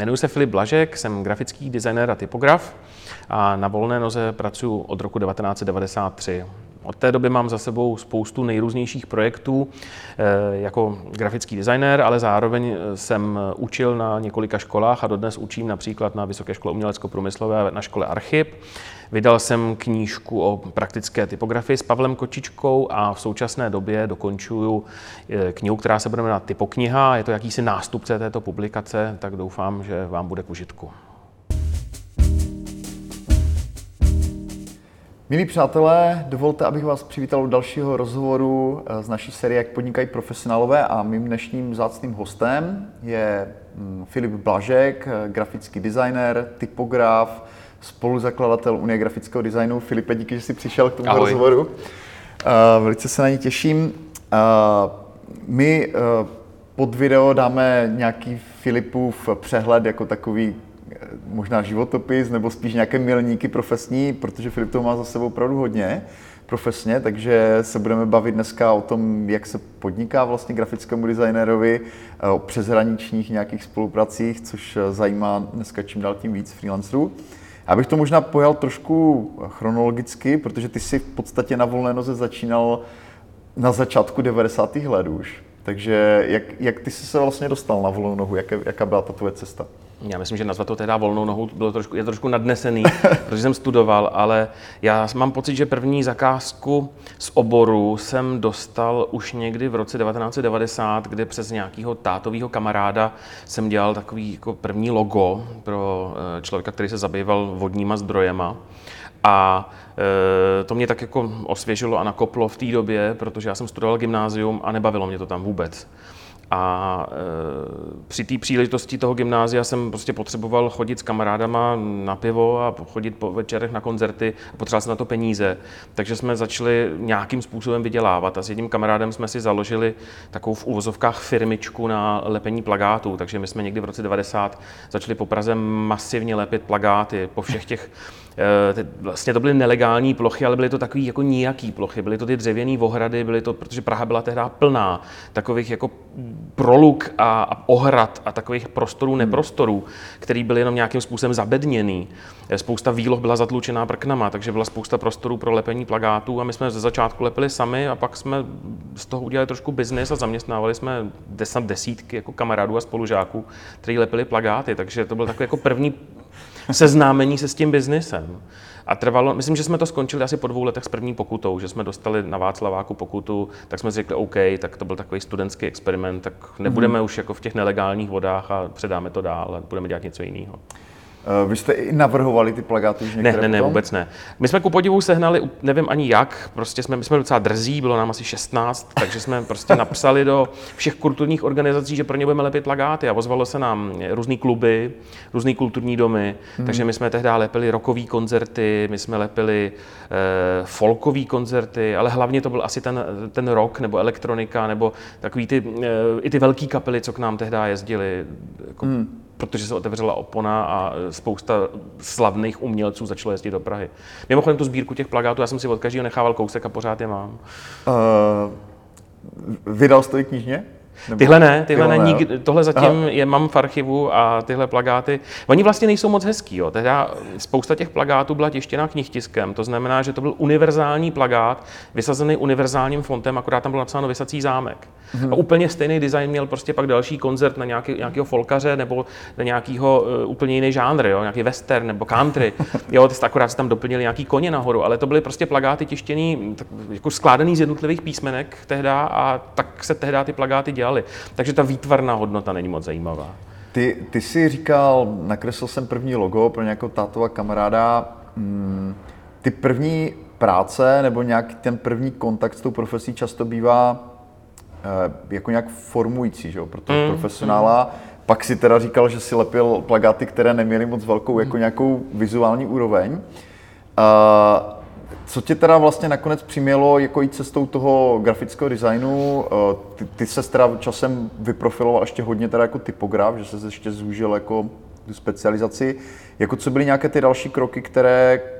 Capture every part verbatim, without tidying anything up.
Jmenuji se Filip Blažek, jsem grafický designér a typograf a na volné noze pracuji od roku devatenáct set devadesát tři. Od té doby mám za sebou spoustu nejrůznějších projektů jako grafický designér, ale zároveň jsem učil na několika školách a dodnes učím například na Vysoké škole umělecko-průmyslové a na škole Archib. Vydal jsem knížku o praktické typografii s Pavlem Kočičkou a v současné době dokončuju knihu, která se bude jmenovat Typokniha. Je to jakýsi nástupce této publikace, tak doufám, že vám bude k užitku. Milí přátelé, dovolte, abych vás přivítal u dalšího rozhovoru z naší série Jak podnikají profesionálové a mým dnešním vzácným hostem je Filip Blažek, grafický designér, typograf, spoluzakladatel Unie grafického designu. Filipe, díky, že jsi přišel k tomu Ahoj. rozhovoru. Uh, velice se na ní těším. Uh, my uh, pod video dáme nějaký Filipův přehled jako takový možná životopis nebo spíš nějaké milníky profesní, protože Filip toho má za sebou opravdu hodně profesně, takže se budeme bavit dneska o tom, jak se podniká vlastně grafickému designérovi, o přeshraničních nějakých spolupracích, což zajímá dneska čím dál tím víc freelancerů. Abych to možná pojal trošku chronologicky, protože ty jsi v podstatě na volné noze začínal na začátku devadesátých let už. Takže jak, jak ty jsi se vlastně dostal na volnou nohu, jaká, jaká byla ta tvoje cesta? Já myslím, že nazvat to teda volnou nohou bylo trošku, je trošku nadnesený, protože jsem studoval, ale já mám pocit, že první zakázku z oboru jsem dostal už někdy v roce devatenáct set devadesát, kde přes nějakého tátového kamaráda jsem dělal takový jako první logo pro člověka, který se zabýval vodníma zdrojema. A e, to mě tak jako osvěžilo a nakoplo v té době, protože já jsem studoval gymnázium a nebavilo mě to tam vůbec. A e, při té příležitosti toho gymnázia jsem prostě potřeboval chodit s kamarádama na pivo a chodit po večerech na koncerty a potřeboval jsem na to peníze. Takže jsme začali nějakým způsobem vydělávat a s jedním kamarádem jsme si založili takovou v uvozovkách firmičku na lepení plakátů. Takže my jsme někdy v roce devadesát začali po Praze masivně lepit plakáty po všech těch. Vlastně to byly nelegální plochy, ale byly to takový jako nijaký plochy. Byly to ty dřevěné ohrady, byly to, protože Praha byla tehdy plná takových jako proluk a, a ohrad a takových prostorů, neprostorů, který byly jenom nějakým způsobem zabedněný. Spousta výloh byla zatlučená prknama, takže byla spousta prostorů pro lepení plakátů a my jsme ze začátku lepili sami a pak jsme z toho udělali trošku biznis a zaměstnávali jsme desat desítky jako kamarádů a spolužáků, kteří lepili plakáty, takže to byl takový jako první seznámení se s tím biznisem. A trvalo, myslím, že jsme to skončili asi po dvou letech s první pokutou, že jsme dostali na Václaváku pokutu, tak jsme si řekli OK, tak to byl takový studentský experiment, tak nebudeme mm. už jako v těch nelegálních vodách a předáme to dál a budeme dělat něco jiného. Vy jste i navrhovali ty plakáty už některé? Ne, ne, ne, potom? vůbec ne. My jsme ku podivu sehnali, nevím ani jak, prostě jsme, my jsme docela drzí, bylo nám asi šestnáct, takže jsme prostě napsali do všech kulturních organizací, že pro ně budeme lepit plakáty a ozvalo se nám různý kluby, různý kulturní domy, hmm. takže my jsme tehdy lepili rockové koncerty, my jsme lepili eh, folkové koncerty, ale hlavně to byl asi ten, ten rock nebo elektronika nebo takový ty, eh, i ty velký kapely, co k nám tehdy jezdili, jako, hmm. protože se otevřela opona a spousta slavných umělců začalo jezdit do Prahy. Mimochodem tu sbírku těch plakátů, já jsem si od každého nechával kousek a pořád je mám. Uh, vydal jsi to i knižně? Nebo... Tyhle ne, tyhle, tyhle ne, ne nikdy, tohle zatím Aha. je mám v archivu a tyhle plakáty, oni vlastně nejsou moc hezký, jo. Teda spousta těch plakátů byla tištěna knihtiskem, to znamená, že to byl univerzální plakát, vysazený univerzálním fontem, akorát tam bylo napsáno Visací zámek. Hmm. A úplně stejný design měl prostě pak další koncert na nějaký, nějakého folkaře nebo na nějakého uh, úplně jiný žánr, jo, nějaký western nebo country. Jo, ty akorát se tam doplnili nějaký koně nahoru, ale to byly prostě plakáty tištěný, tak, jako skládaný z jednotlivých písmenek tehda a tak se tehda ty plakáty dělaly. Takže ta výtvarná hodnota není moc zajímavá. Ty, ty jsi říkal, nakreslil jsem první logo pro nějakého tátova kamaráda. Hmm, ty první práce nebo nějaký ten první kontakt s tou profesí často bývá eh, jako nějak formující, že jo, pro toho mm, profesionála. Mm. Pak si teda říkal, že si lepil plakáty, které neměly moc velkou jako nějakou vizuální úroveň. Eh, Co tě teda vlastně nakonec přimělo jako jít cestou toho grafického designu? Ty, ty se teda časem vyprofiloval ještě hodně teda jako typograf, že se ještě zúžil jako tu specializaci. Jako co byly nějaké ty další kroky, které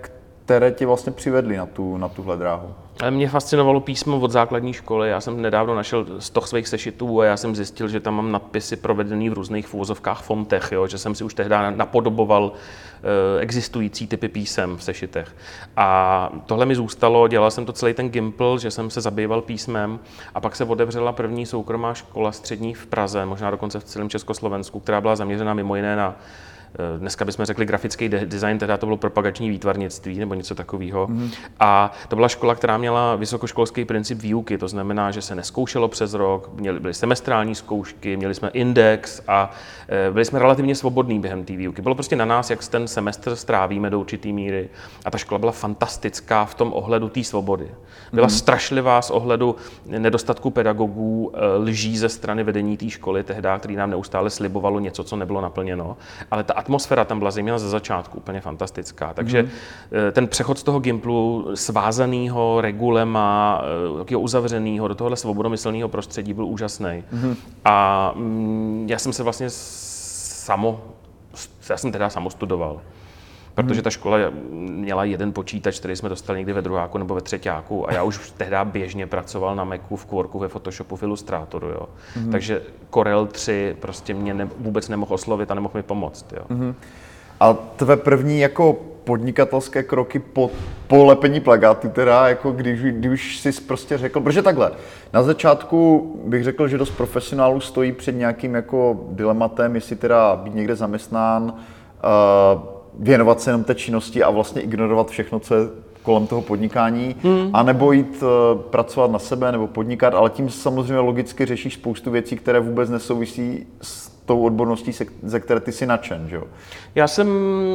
které tě vlastně přivedly na, tu, na tuhle dráhu? Ale mě fascinovalo písmo od základní školy. Já jsem nedávno našel stoch svých sešitů a já jsem zjistil, že tam mám nadpisy provedený v různých v uvozovkách fontech, jo? Že jsem si už tehdy napodoboval e, existující typy písem v sešitech. A tohle mi zůstalo, dělal jsem to celý ten Gimpl, že jsem se zabýval písmem a pak se otevřela první soukromá škola střední v Praze, možná dokonce v celém Československu, která byla zaměřena mimo jiné na dneska bychom řekli grafický design, teda to bylo propagační výtvarnictví nebo něco takového. Mm. A to byla škola, která měla vysokoškolský princip výuky, to znamená, že se neskoušelo přes rok, měli, byly semestrální zkoušky, měli jsme index a byli jsme relativně svobodní během té výuky. Bylo prostě na nás, jak ten semestr strávíme do určitý míry. A ta škola byla fantastická v tom ohledu té svobody. Byla mm. strašlivá z ohledu nedostatku pedagogů, lží ze strany vedení té školy tehdy, který nám neustále slibovalo něco, co nebylo naplněno. Ale ta atmosféra tam byla zejména ze začátku úplně fantastická. Takže mm. ten přechod z toho Gimplu svázanýho regulema, takového uzavřenýho do tohohle svobodomyslného prostředí byl úžasný. Mm. A mm, já jsem se vlastně samo, já jsem teda samostudoval. Protože ta škola měla jeden počítač, který jsme dostali někdy ve druháku nebo ve třetíku a já už tehdy běžně pracoval na Macu, v Quarku, ve Photoshopu, v Illustratoru. Jo. Mm-hmm. Takže Corel tři prostě mě ne, vůbec nemohl oslovit a nemohl mi pomoct. Jo. Mm-hmm. A tvé první jako podnikatelské kroky po, po lepení plakátu, teda jako když, když jsi prostě řekl, protože takhle, na začátku bych řekl, že dost profesionálů stojí před nějakým jako dilematem, jestli teda být někde zaměstnán, uh, věnovat se jenom té činnosti a vlastně ignorovat všechno, co je kolem toho podnikání, hmm. anebo jít uh, pracovat na sebe nebo podnikat, ale tím samozřejmě logicky řešíš spoustu věcí, které vůbec nesouvisí s tou odborností, se, ze které ty jsi nadšen, že jo? Já jsem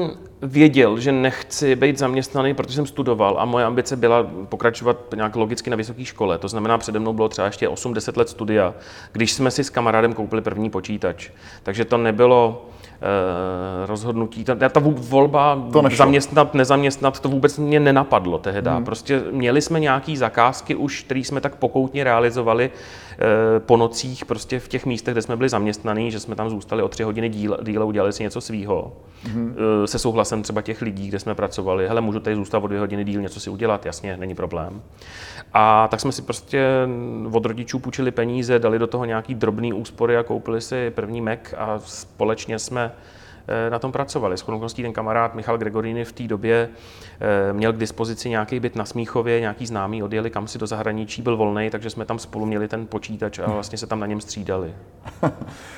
věděl, že nechci být zaměstnaný, protože jsem studoval a moje ambice byla pokračovat nějak logicky na vysoké škole. To znamená, přede mnou bylo třeba ještě osm deset let studia, když jsme si s kamarádem koupili první počítač. Takže to nebylo eh, rozhodnutí, ta, ta volba zaměstnat, nezaměstnat, to vůbec mě nenapadlo tehdy. Hmm. Prostě měli jsme nějaký zakázky už, které jsme tak pokoutně realizovali eh, po nocích prostě v těch místech, kde jsme byli zaměstnaní, že jsme tam zůstali o tři hodiny díl, díle, udělali si něco svýho. Hmm. Eh, se souhlasem třeba těch lidí, kde jsme pracovali. Hele, můžu tady zůstat o dvě hodiny díl, něco si udělat, jasně, není problém. A tak jsme si prostě od rodičů půjčili peníze, dali do toho nějaký drobný úspory a koupili si první Mac a společně jsme na tom pracovali. S okolností ten kamarád Michal Gregorini v té době měl k dispozici nějaký byt na Smíchově, nějaký známý, odjeli kam si do zahraničí, byl volnej, takže jsme tam spolu měli ten počítač a vlastně se tam na něm střídali. uh,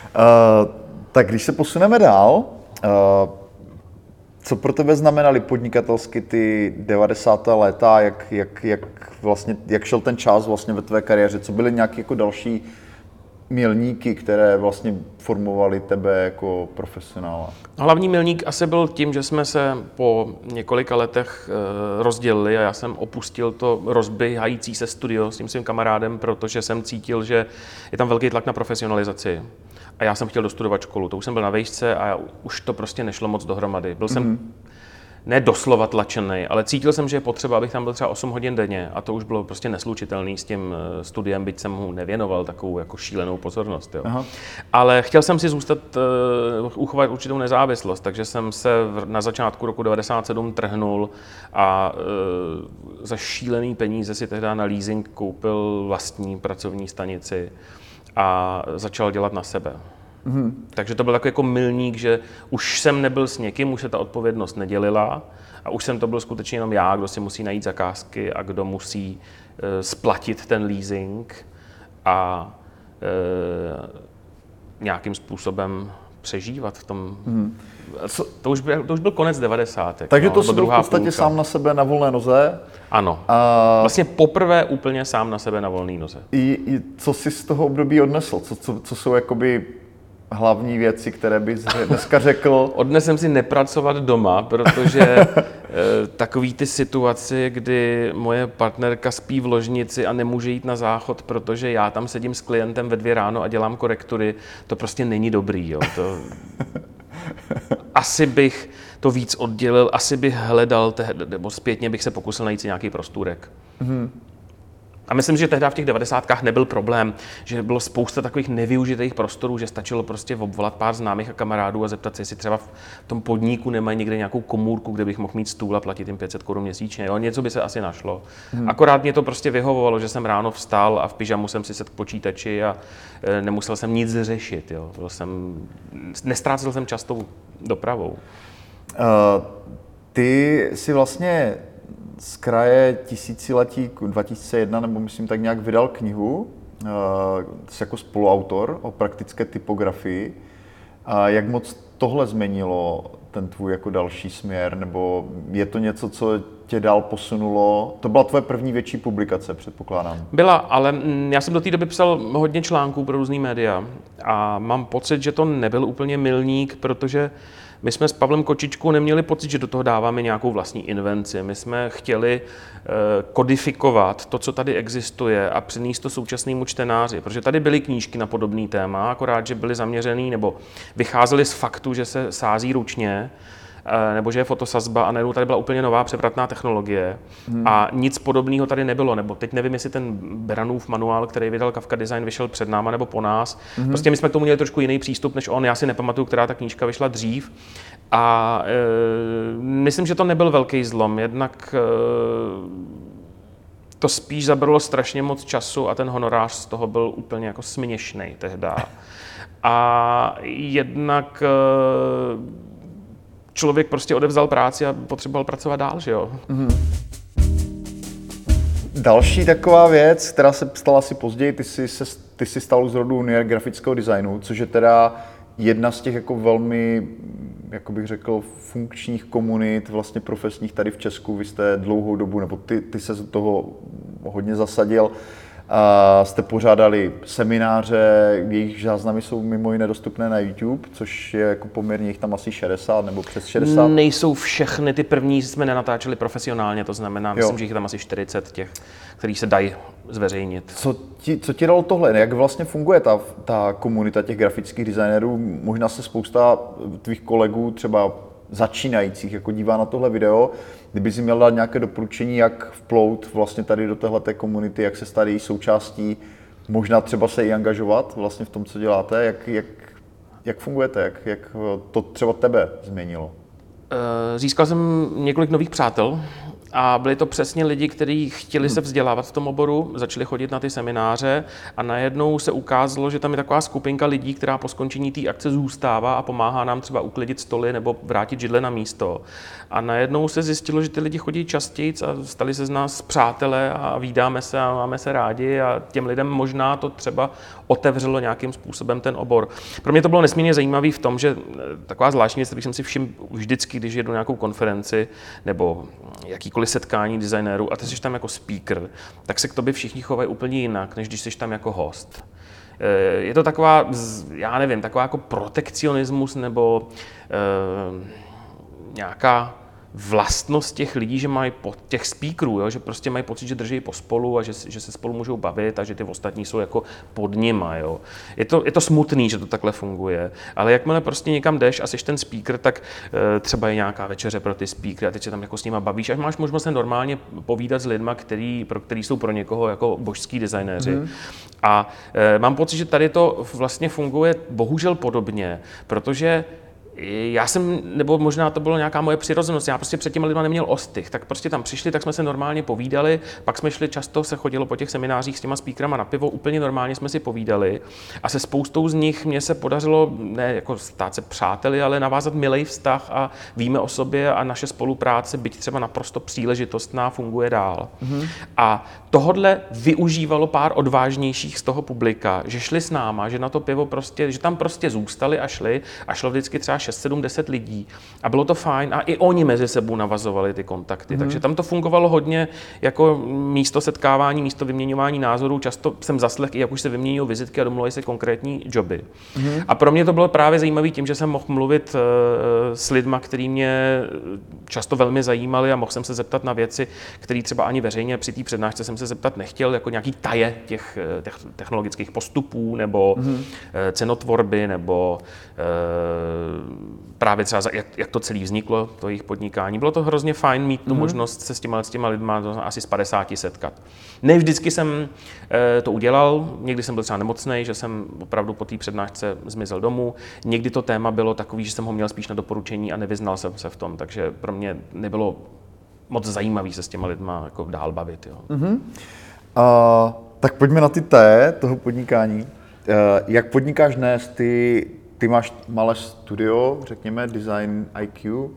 tak když se posuneme dál, uh, co pro tebe znamenaly podnikatelsky ty devadesátá léta, jak, jak, jak, vlastně, jak šel ten čas vlastně ve tvé kariéře, co byly nějaké jako další milníky, které vlastně formovaly tebe jako profesionála? Hlavní milník asi byl tím, že jsme se po několika letech rozdělili a já jsem opustil to rozbíhající se studio s tím svým kamarádem, protože jsem cítil, že je tam velký tlak na profesionalizaci. A já jsem chtěl dostudovat školu, to už jsem byl na vejšce a už to prostě nešlo moc dohromady. Byl mm-hmm. jsem ne doslova tlačený, ale cítil jsem, že je potřeba, abych tam byl třeba osm hodin denně a to už bylo prostě neslučitelný s tím studiem, byť jsem mu nevěnoval takovou jako šílenou pozornost. Jo. Aha. Ale chtěl jsem si zůstat, uh, uchovat určitou nezávislost, takže jsem se v, na začátku roku devadesát sedm trhnul a uh, za šílený peníze si tehdy na leasing koupil vlastní pracovní stanici a začal dělat na sebe. Mm-hmm. Takže to byl takový jako milník, že už jsem nebyl s někým, už se ta odpovědnost nedělila a už jsem to byl skutečně jenom já, kdo si musí najít zakázky a kdo musí uh, splatit ten leasing a uh, nějakým způsobem přežívat v tom. Mm-hmm. To, to, už byl, to už byl konec devadesátek. Takže no, to jsi byl v podstatě půlka. Sám na sebe na volné noze? Ano. A... Vlastně poprvé úplně sám na sebe na volné noze. I, i co jsi z toho období odnesl? Co, co, co jsou jakoby hlavní věci, které bys dneska řekl? Odnesem si nepracovat doma, protože takový ty situace, kdy moje partnerka spí v ložnici a nemůže jít na záchod, protože já tam sedím s klientem ve dvě ráno a dělám korektury, to prostě není dobrý. Jo. To... Asi bych to víc oddělil, asi bych hledal, te... nebo zpětně bych se pokusil najít si nějaký prostůrek. Mm-hmm. A myslím, že tehdy v těch devadesátkách nebyl problém, že bylo spousta takových nevyužitých prostorů, že stačilo prostě obvolat pár známých a kamarádů a zeptat se, jestli třeba v tom podniku nemají někde nějakou komůrku, kde bych mohl mít stůl a platit jim pět set korun měsíčně. Jo? Něco by se asi našlo. Hmm. Akorát mě to prostě vyhovovalo, že jsem ráno vstal a v pyžamu jsem si sedl k počítači a e, nemusel jsem nic řešit. Jo? Byl jsem, nestrácel jsem čas tou dopravou. Uh, ty si vlastně z kraje tisíciletí dva tisíce jedna, nebo myslím tak nějak, vydal knihu, uh, jsi jako spoluautor o praktické typografii. A jak moc tohle změnilo ten tvůj jako další směr, nebo je to něco, co tě dál posunulo? To byla tvoje první větší publikace, předpokládám. Byla, ale já jsem do té doby psal hodně článků pro různý média a mám pocit, že to nebyl úplně milník, protože my jsme s Pavlem Kočičkou neměli pocit, že do toho dáváme nějakou vlastní invenci. My jsme chtěli kodifikovat to, co tady existuje a přinést to současnému čtenáři, protože tady byly knížky na podobný téma, akorát, že byly zaměřený nebo vycházely z faktu, že se sází ručně, nebo že je fotosazba a najednou tady byla úplně nová převratná technologie hmm. a nic podobného tady nebylo, nebo teď nevím, jestli ten Beranův manuál, který vydal Kafka Design, vyšel před náma nebo po nás. Hmm. Prostě my jsme k tomu měli trošku jiný přístup než on, já si nepamatuju, která ta knížka vyšla dřív a e, myslím, že to nebyl velký zlom, jednak e, to spíš zabralo strašně moc času a ten honorář z toho byl úplně jako směšnej tehda. A jednak e, člověk prostě odevzal práci a potřeboval pracovat dál, že jo? Mm-hmm. Další taková věc, která se stala asi později, ty jsi, se, ty jsi stal z rodu Unie grafického designu, což je teda jedna z těch jako velmi, jak bych řekl, funkčních komunit, vlastně profesních tady v Česku. Vy jste dlouhou dobu, nebo ty, ty se z toho hodně zasadil. A jste pořádali semináře, jejich záznamy jsou mimo jiné dostupné na YouTube, což je jako poměrně jich tam asi šedesát nebo přes šedesát. Nejsou všechny, ty první jsme nenatáčeli profesionálně, to znamená, myslím, jo. že jich tam asi čtyřicet těch, který se dají zveřejnit. Co ti, co ti dalo tohle? Jak vlastně funguje ta, ta komunita těch grafických designérů? Možná se spousta tvých kolegů, třeba začínajících, jako dívá na tohle video. Kdyby si měl dát nějaké doporučení, jak vplout vlastně tady do téhleté komunity, jak se stát její součástí, možná třeba se i angažovat vlastně v tom, co děláte, jak, jak, jak fungujete, jak, jak to třeba tebe změnilo? Získal jsem několik nových přátel a byli to přesně lidi, kteří chtěli hmm. se vzdělávat v tom oboru, začali chodit na ty semináře a najednou se ukázalo, že tam je taková skupinka lidí, která po skončení té akce zůstává a pomáhá nám třeba uklidit stoly nebo vrátit židle na místo. A najednou se zjistilo, že ty lidi chodí častěji a stali se z nás přátelé a vídáme se a máme se rádi a těm lidem možná to třeba otevřelo nějakým způsobem ten obor. Pro mě to bylo nesmírně zajímavé v tom, že taková zvláštní věc, kterou jsem si všiml vždycky, když jedu na nějakou konferenci nebo jakýkoliv setkání designérů a ty jsi tam jako speaker, tak se k tobě všichni chovají úplně jinak, než když jsi tam jako host. Je to taková, já nevím, taková jako protekcionismus nebo eh, nějaká vlastnost těch lidí, že mají po, těch speakerů, jo, že prostě mají pocit, že drží pospolu a že, že se spolu můžou bavit a že ty ostatní jsou jako pod nima. Jo. Je to, je to smutný, že to takhle funguje, ale jakmile prostě někam jdeš a jsi ten speaker, tak e, třeba je nějaká večeře pro ty speakery a teď se tam jako s nima bavíš a máš možnost se normálně povídat s lidma, který, pro který jsou pro někoho jako božský designéři. Mm. A e, mám pocit, že tady to vlastně funguje bohužel podobně, protože já jsem, nebo možná to bylo nějaká moje přirozenost, já prostě před těma lidma neměl ostych, tak prostě tam přišli, tak jsme se normálně povídali, pak jsme šli, často se chodilo po těch seminářích s těma speakerama na pivo, úplně normálně jsme si povídali a se spoustou z nich mně se podařilo ne jako stát se přáteli, ale navázat milej vztah a víme o sobě a naše spolupráce, byť třeba naprosto příležitostná, funguje dál. Mm-hmm. A tohodle využívalo pár odvážnějších z toho publika, že šli s náma, že na to pivo prostě, že tam prostě zůstali a šli a šlo vždycky třeba šest, sedm, deset lidí a bylo to fajn a i oni mezi sebou navazovali ty kontakty, mm. takže tam to fungovalo hodně jako místo setkávání, místo vyměňování názorů, často jsem zaslech i jak už se vyměňují vizitky a domluvají se konkrétní joby. Mm. A pro mě to bylo právě zajímavé tím, že jsem mohl mluvit uh, s lidma, který mě často velmi zajímali a mohl jsem se zeptat na věci, které třeba ani veřejně při té přednášce jsem se zeptat nechtěl, jako nějaký taje těch technologických postupů nebo mm. cenotvorby nebo uh, právě třeba jak, jak to celé vzniklo, to jejich podnikání. Bylo to hrozně fajn mít tu mm. možnost se s těma, s těma lidma asi z padesáti setkat. Ne vždycky jsem e, to udělal, někdy jsem byl třeba nemocnej, že jsem opravdu po té přednášce zmizel domů. Někdy to téma bylo takový, že jsem ho měl spíš na doporučení a nevyznal jsem se v tom, takže pro mě nebylo moc zajímavý se s těma lidma jako dál bavit. Jo. Mm-hmm. Uh, tak pojďme na ty T toho podnikání. Uh, jak podnikáš dnes? Ty, ty máš malé studio, řekněme, Design I Q. Uh,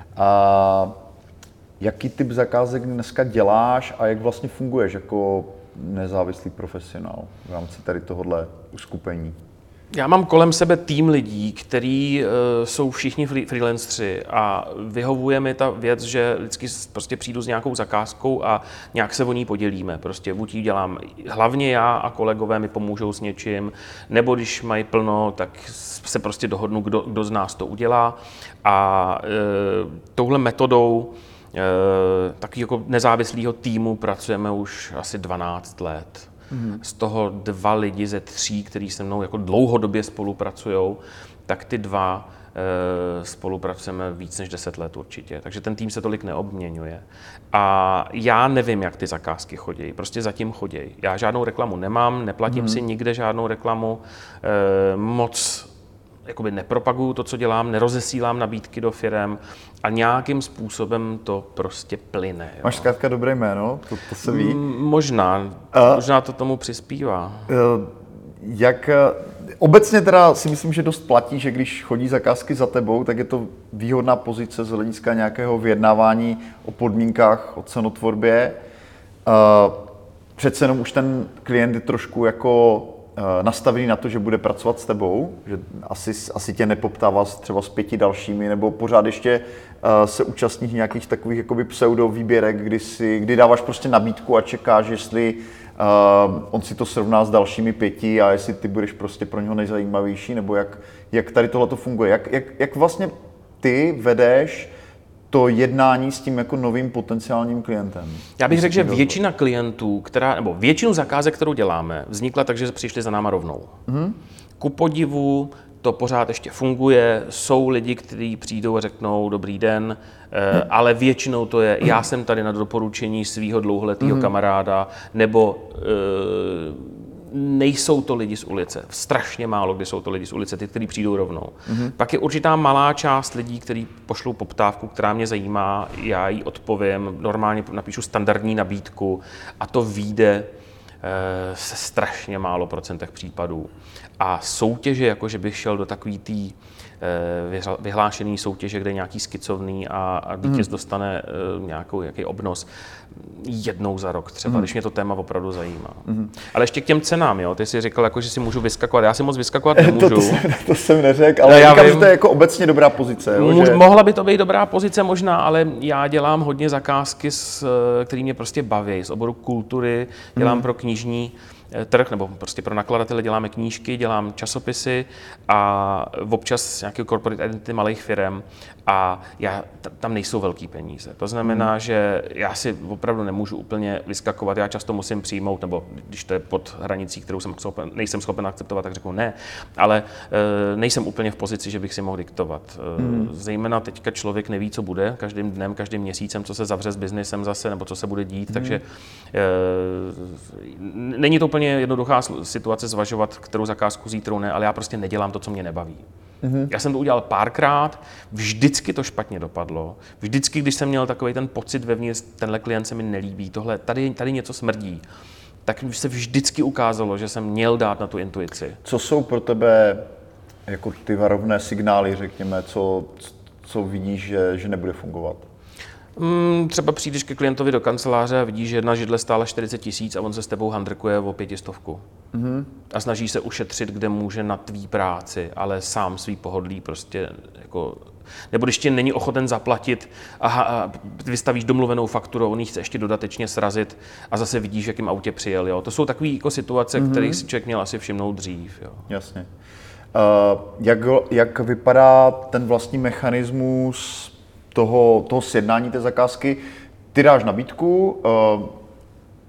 jaký typ zakázek dneska děláš a jak vlastně funguješ jako nezávislý profesionál v rámci tady tohohle uskupení? Já mám kolem sebe tým lidí, kteří uh, jsou všichni freelancři a vyhovuje mi ta věc, že vždycky prostě přijdu s nějakou zakázkou a nějak se o ní podělíme. Prostě buď ji dělám hlavně já a kolegové mi pomůžou s něčím, nebo když mají plno, tak se prostě dohodnu, kdo, kdo z nás to udělá. A uh, touhle metodou uh, taky jako nezávislého týmu pracujeme už asi dvanáct let. Z toho dva lidi ze tří, kteří se mnou jako dlouhodobě spolupracují, tak ty dva e, spolupracujeme víc než deset let určitě. Takže ten tým se tolik neobměňuje. A já nevím, jak ty zakázky chodí. Prostě zatím chodí. Já žádnou reklamu nemám, neplatím hmm. si nikde žádnou reklamu. E, moc jakoby nepropaguju to, co dělám, nerozesílám nabídky do firem a nějakým způsobem to prostě plyne. Jo. Máš zkrátka dobré jméno, to, to se ví. M- možná, uh, možná to tomu přispívá. Uh, jak, obecně teda si myslím, že dost platí, že když chodí zakázky za tebou, tak je to výhodná pozice z hlediska nějakého vyjednávání o podmínkách, o cenotvorbě. Uh, přece jenom už ten klient je trošku jako nastavený na to, že bude pracovat s tebou, že asi, asi tě nepoptává třeba s pěti dalšími, nebo pořád ještě uh, se účastníš nějakých takových jakoby pseudo výběrek, kdy, si, kdy dáváš prostě nabídku a čekáš, jestli uh, on si to srovná s dalšími pěti a jestli ty budeš prostě pro něho nejzajímavější, nebo jak, jak tady tohle to funguje. Jak, jak, jak vlastně ty vedeš to jednání s tím jako novým potenciálním klientem? Já bych řekl, že většina klientů, která, nebo většinu zakázek, kterou děláme, vznikla tak, že přišli za náma rovnou. Mm-hmm. Ku podivu to pořád ještě funguje, jsou lidi, kteří přijdou a řeknou dobrý den, mm-hmm. ale většinou to je, já jsem tady na doporučení svého dlouholetého mm-hmm. kamaráda, nebo e, nejsou to lidi z ulice. Strašně málo, kdy jsou to lidi z ulice, ty, kteří přijdou rovnou. Mm-hmm. Pak je určitá malá část lidí, kteří pošlou poptávku, která mě zajímá, já jí odpovím, normálně napíšu standardní nabídku a to vyjde e, se strašně málo procentech případů. A soutěže, jako že bych šel do takový tý e, vyhlášený soutěže, kde je nějaký skicovný a, a vítěz mm. dostane e, nějakou, nějaký obnos, jednou za rok třeba, mm. když mě to téma opravdu zajímá. Mm. Ale ještě k těm cenám, jo? Ty jsi říkal, jako, že si můžu vyskakovat. Já si moc vyskakovat nemůžu. to, to, jsem, to jsem neřekl, ale no, říkám, vím, že to je jako obecně dobrá pozice. Jo, Můž, že... Mohla by to být dobrá pozice možná, ale já dělám hodně zakázky, které mě prostě baví. Z oboru kultury dělám mm. pro knižní trh, nebo prostě pro nakladatele děláme knížky, dělám časopisy a občas nějaké corporate identity malých firm a já, tam nejsou velký peníze. To znamená, hmm. že já si opravdu nemůžu úplně vyskakovat, já často musím přijmout, nebo když to je pod hranicí, kterou jsem schopen, nejsem schopen akceptovat, tak řeknu ne, ale e, nejsem úplně v pozici, že bych si mohl diktovat. E, hmm. Zejména teďka člověk neví, co bude každým dnem, každým měsícem, co se zavře s biznesem zase, nebo co se bude dít, hmm. takže e, není to úplně jednoduchá situace zvažovat, kterou zakázku zítra ne, ale já prostě nedělám to, co mě nebaví. Mm-hmm. Já jsem to udělal párkrát, vždycky to špatně dopadlo. Vždycky, když jsem měl takový ten pocit vevnitř, tenhle klient se mi nelíbí, tohle, tady, tady něco smrdí, tak se vždycky ukázalo, že jsem měl dát na tu intuici. Co jsou pro tebe jako ty varovné signály, řekněme, co, co vidíš, že, že nebude fungovat? Hmm, třeba přijdeš ke klientovi do kanceláře a vidíš, že jedna židle stála čtyřicet tisíc a on se s tebou handrkuje o pětistovku. Mm-hmm. A snaží se ušetřit, kde může na tvý práci, ale sám svý pohodlí prostě jako... Nebo když tě není ochoten zaplatit a, a vystavíš domluvenou fakturu, on ji chce ještě dodatečně srazit a zase vidíš, v jakém autě přijel. Jo. To jsou takové jako situace, mm-hmm. kterých si člověk měl asi všimnout dřív. Jo. Jasně. Uh, jak, jak vypadá ten vlastní mechanismus toho, toho sjednání té zakázky? Ty dáš nabídku, uh,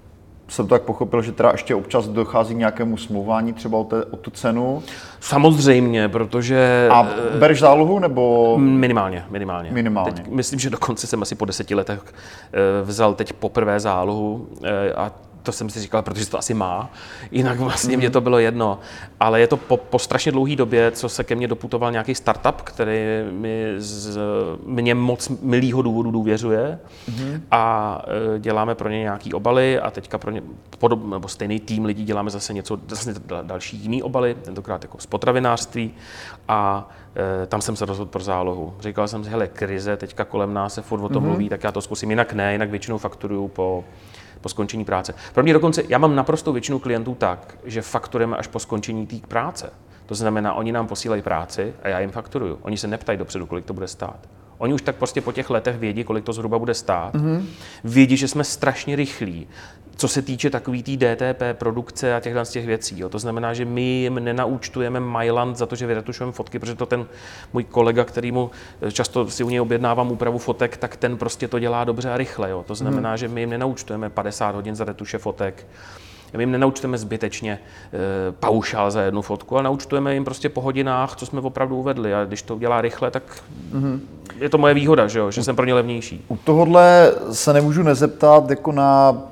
jsem to tak pochopil, že teda ještě občas dochází k nějakému smlouvání třeba o, te, o tu cenu. Samozřejmě, protože... A bereš zálohu, nebo... Minimálně, minimálně. Minimálně. Teď, myslím, že dokonce jsem asi po deseti letech vzal teď poprvé zálohu a to jsem si říkal, protože to asi má, jinak vlastně mě to bylo jedno. Ale je to po, po strašně dlouhé době, co se ke mně doputoval nějaký startup, který mi z mě moc milýho důvodu důvěřuje mm-hmm. a děláme pro ně nějaký obaly a teďka pro ně podob, nebo stejný tým lidí děláme zase něco, zase další jiný obaly, tentokrát jako z potravinářství a e, tam jsem se rozhodl pro zálohu. Říkal jsem si, hele, krize, teďka kolem nás se furt o tom mm-hmm. mluví, tak já to zkusím, jinak ne, jinak většinou fakturuju po po skončení práce. Pro mě dokonce, já mám naprostou většinu klientů tak, že fakturujeme až po skončení té práce. To znamená, oni nám posílají práci a já jim fakturuju. Oni se neptají dopředu, kolik to bude stát. Oni už tak prostě po těch letech vědí, kolik to zhruba bude stát. Mm-hmm. Vědí, že jsme strašně rychlí, co se týče takový té D T P produkce a těchhle z těch věcí. Jo. To znamená, že my jim nenaučtujeme Myland za to, že vyretušujeme fotky, protože to ten můj kolega, kterýmu často si u něj objednávám úpravu fotek, tak ten prostě to dělá dobře a rychle. Jo. To znamená, mm-hmm. že my jim nenaučtujeme padesát hodin za retuše fotek. My jim nenaučtujeme zbytečně e, paušál za jednu fotku, ale naučtujeme jim prostě po hodinách, co jsme opravdu uvedli. A když to udělá rychle, tak mm-hmm. je to moje výhoda, že, jo? Že jsem pro ně levnější. U tohohle se nemůžu nezeptat jako na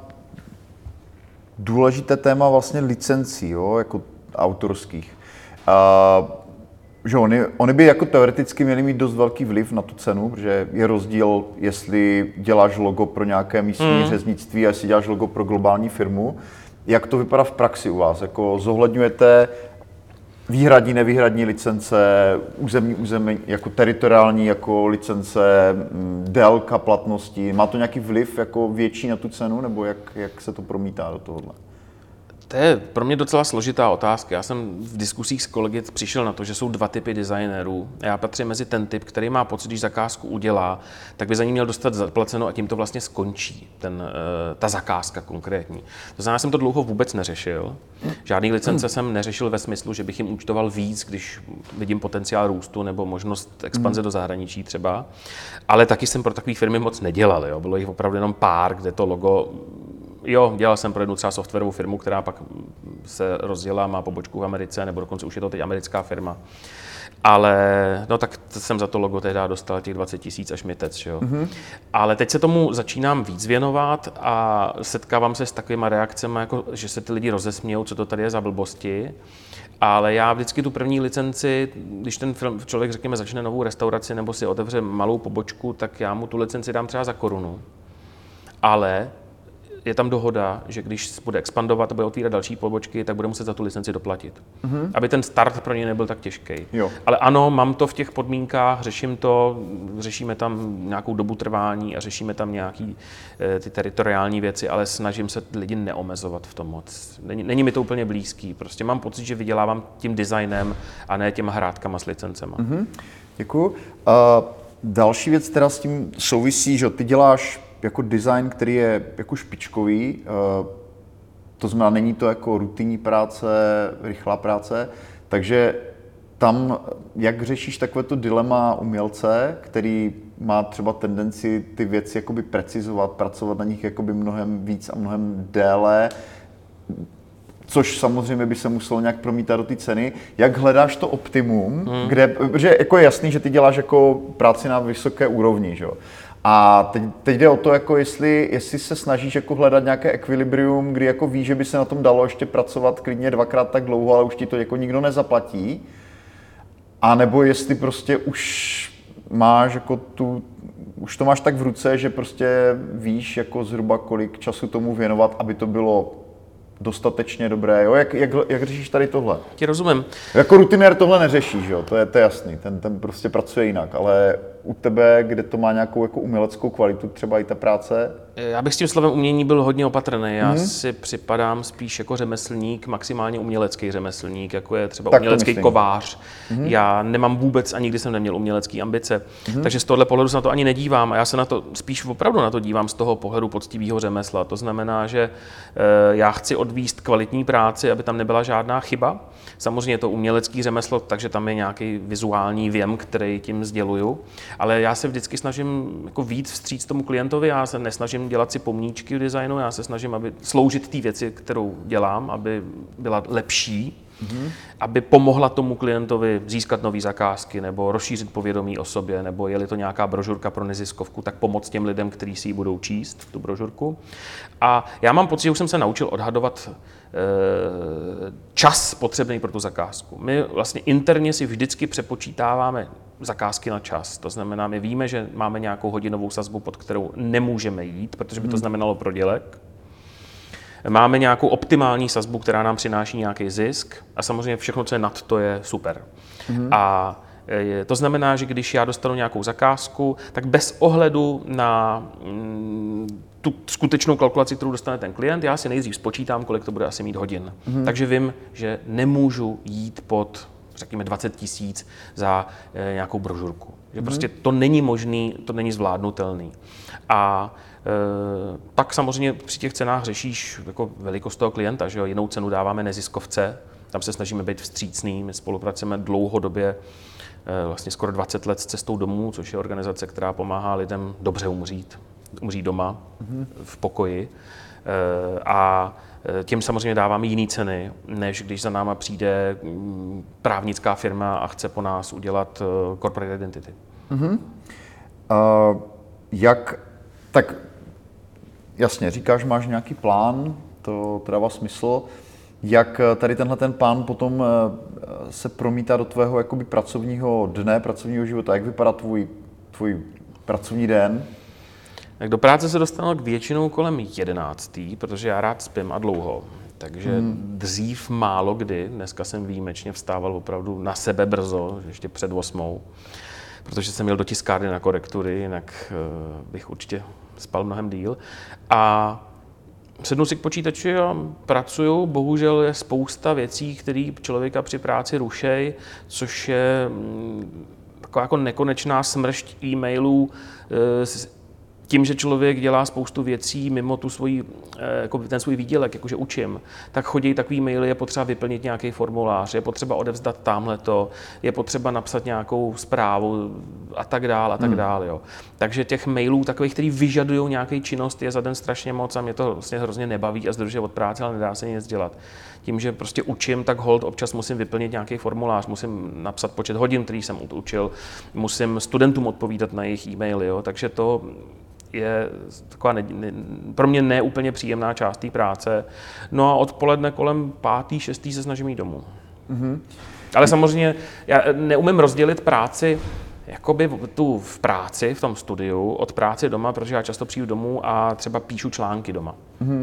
důležité téma vlastně licencí, jo? Jako autorských. A, že oni, oni by jako teoreticky měli mít dost velký vliv na tu cenu, protože je rozdíl, jestli děláš logo pro nějaké místní mm. řeznictví a jestli děláš logo pro globální firmu. Jak to vypadá v praxi u vás? Jako zohledňujete výhradní, nevýhradní licence, územní, území, jako teritoriální, jako licence, délka platnosti? Má to nějaký vliv jako větší na tu cenu, nebo jak, jak se to promítá do tohohle? To je pro mě docela složitá otázka. Já jsem v diskusích s kolegy přišel na to, že jsou dva typy designérů. Já patřím mezi ten typ, který má pocit, když zakázku udělá, tak by za ní měl dostat zaplaceno a tím to vlastně skončí, ten, ta zakázka konkrétní. To znamená, že jsem to dlouho vůbec neřešil. Žádný licence jsem neřešil ve smyslu, že bych jim účtoval víc, když vidím potenciál růstu nebo možnost expanze do zahraničí třeba. Ale taky jsem pro takové firmy moc nedělal. Jo. Bylo jich opravdu jenom pár, kde to logo... Jo, dělal jsem pro jednu třeba softwarovou firmu, která pak se rozdělá, má pobočku v Americe, nebo dokonce už je to teď americká firma. Ale no tak jsem za to logo tehdy dostal těch dvacet tisíc až mětec, jo. Mm-hmm. Ale teď se tomu začínám víc věnovat a setkávám se s takovýma reakcemi, jako že se ty lidi rozesmějou, co to tady je za blbosti. Ale já vždycky tu první licenci, když ten člověk, řekněme, začne novou restauraci nebo si otevře malou pobočku, tak já mu tu licenci dám třeba za korunu. Ale je tam dohoda, že když bude expandovat a bude otvírat další pobočky, tak bude muset za tu licenci doplatit. Mm-hmm. Aby ten start pro ně nebyl tak těžký. Jo. Ale ano, mám to v těch podmínkách, řeším to, řešíme tam nějakou dobu trvání a řešíme tam nějaký e, ty teritoriální věci, ale snažím se lidi neomezovat v tom moc. Není, není mi to úplně blízký. Prostě mám pocit, že vydělávám tím designem a ne těma hrátkama s licencema. Mm-hmm. Děkuju. Uh, další věc teda s tím souvisí, že ty děláš jako design, který je jako špičkový, to znamená, není to jako rutinní práce, rychlá práce, takže tam, jak řešíš takovéto dilema umělce, který má třeba tendenci ty věci jakoby precizovat, pracovat na nich jakoby mnohem víc a mnohem déle, což samozřejmě by se muselo nějak promítat do té ceny. Jak hledáš to optimum, hmm. kde, protože jako je jasný, že ty děláš jako práci na vysoké úrovni, že jo? A teď, teď jde o to, jako jestli, jestli se snažíš jako hledat nějaké ekvilibrium, kdy jako víš, že by se na tom dalo ještě pracovat klidně dvakrát tak dlouho, ale už ti to jako nikdo nezaplatí. A nebo jestli prostě už máš jako tu, už to máš tak v ruce, že prostě víš jako zhruba kolik času tomu věnovat, aby to bylo dostatečně dobré, jo? Jak, jak, jak řešíš tady tohle? Ti rozumím. Jako rutinér tohle neřešíš, jo? To je, to je jasný, ten, ten prostě pracuje jinak, ale u tebe, kde to má nějakou jako uměleckou kvalitu, třeba i ta práce? Já bych s tím slovem umění byl hodně opatrný. Já hmm. si připadám spíš jako řemeslník, maximálně umělecký řemeslník, jako je třeba tak umělecký kovář. Hmm. Já nemám vůbec, ani nikdy jsem neměl umělecký ambice, hmm. takže z tohohle pohledu se na to ani nedívám a já se na to spíš opravdu na to dívám z toho pohledu poctivého řemesla. To znamená, že já chci od odvíst kvalitní práci, aby tam nebyla žádná chyba. Samozřejmě je to umělecký řemeslo, takže tam je nějaký vizuální věm, který tím sděluju. Ale já se vždycky snažím jako víc vstříc tomu klientovi, já se nesnažím dělat si pomníčky v designu, já se snažím aby sloužit té věci, kterou dělám, aby byla lepší, mm-hmm. aby pomohla tomu klientovi získat nové zakázky nebo rozšířit povědomí o sobě, nebo je-li to nějaká brožurka pro neziskovku, tak pomoct těm lidem, kteří si ji budou číst, tu brožurku. A já mám pocit, že už jsem se naučil odhadovat čas potřebný pro tu zakázku. My vlastně interně si vždycky přepočítáváme zakázky na čas. To znamená, my víme, že máme nějakou hodinovou sazbu, pod kterou nemůžeme jít, protože by to znamenalo prodělek. Máme nějakou optimální sazbu, která nám přináší nějaký zisk a samozřejmě všechno, co je nad to, je super. Mm-hmm. A to znamená, že když já dostanu nějakou zakázku, tak bez ohledu na tu skutečnou kalkulaci, kterou dostane ten klient, já si nejdřív spočítám, kolik to bude asi mít hodin. Mm-hmm. Takže vím, že nemůžu jít pod, řekněme, dvacet tisíc za e, nějakou brožurku. Že mm-hmm. prostě to není možný, to není zvládnutelný. A e, pak samozřejmě při těch cenách řešíš jako velikost toho klienta, že jo? Jinou cenu dáváme neziskovce, tam se snažíme být vstřícný, my spolupracujeme dlouhodobě, e, vlastně skoro dvacet let s Cestou domů, což je organizace, která pomáhá lidem dobře umřít, umřít doma, mm-hmm. v pokoji. E, a tím samozřejmě dáváme jiné ceny, než když za náma přijde právnická firma a chce po nás udělat corporate identity. Mm-hmm. Uh, jak, tak jasně, říkáš, máš nějaký plán, to, to dává smysl. Jak tady tenhle ten plán potom se promítá do tvého jakoby pracovního dne, pracovního života? Jak vypadá tvůj, tvůj pracovní den? Tak do práce se dostanu k většinou kolem jedenáctý, protože já rád spím a dlouho. Takže hmm. dřív málo kdy, dneska jsem výjimečně vstával opravdu na sebe brzo, ještě před osmou, protože jsem měl do tiskárny na korektury, jinak uh, bych určitě spal mnohem díl. A sednu si k počítači a pracuju. Bohužel je spousta věcí, které člověka při práci rušej, což je mm, taková jako nekonečná smršť e-mailů, uh, tím, že člověk dělá spoustu věcí mimo tu svoji, jako ten svůj výdělek, jakože učím, tak chodí takový maily, je potřeba vyplnit nějaký formulář, je potřeba odevzdat tamhleto, je potřeba napsat nějakou zprávu a tak dál a tak hmm. dál. Jo. Takže těch mailů, takových, který vyžadují nějaký činnost, je za den strašně moc a mě to vlastně hrozně nebaví a zdržuje od práce, ale nedá se nic dělat. Tím, že prostě učím, tak hold občas musím vyplnit nějaký formulář, musím napsat počet hodin, který jsem učil, musím studentům odpovídat na jejich e-maily, jo. Takže to je taková ne, ne, pro mě neúplně příjemná část té práce. No a odpoledne kolem pátý, šestý se snažím jít domů. Mm-hmm. Ale samozřejmě já neumím rozdělit práci jakoby tu v práci, v tom studiu, od práce doma, protože já často přijdu domů a třeba píšu články doma. Mm-hmm.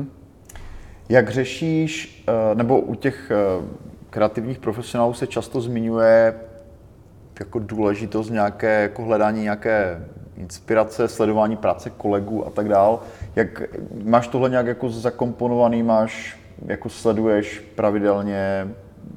Jak řešíš, nebo u těch kreativních profesionálů se často zmiňuje jako důležitost nějaké, jako hledání nějaké inspirace, sledování práce kolegů a tak dál. Jak máš tohle nějak jako zakomponovaný, máš, jako sleduješ pravidelně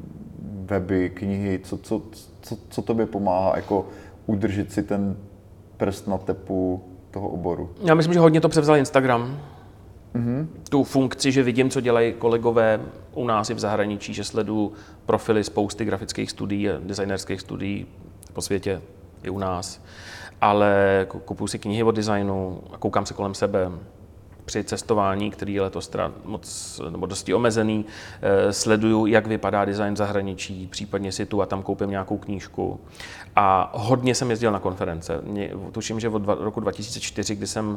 weby, knihy, co, co, co, co tobě pomáhá jako udržet si ten prst na tepu toho oboru? Já myslím, že hodně to převzal Instagram. Mm-hmm. Tu funkci, že vidím, co dělají kolegové u nás i v zahraničí, že sleduju profily spousty grafických studií a designerských studií po světě i u nás. Ale kupuju si knihy o designu a koukám se kolem sebe. Při cestování, který je letos moc nebo dosti omezený, sleduju, jak vypadá design v zahraničí, případně si tu a tam koupím nějakou knížku. A hodně jsem jezdil na konference. Tuším, že od roku dva tisíce čtyři, kdy jsem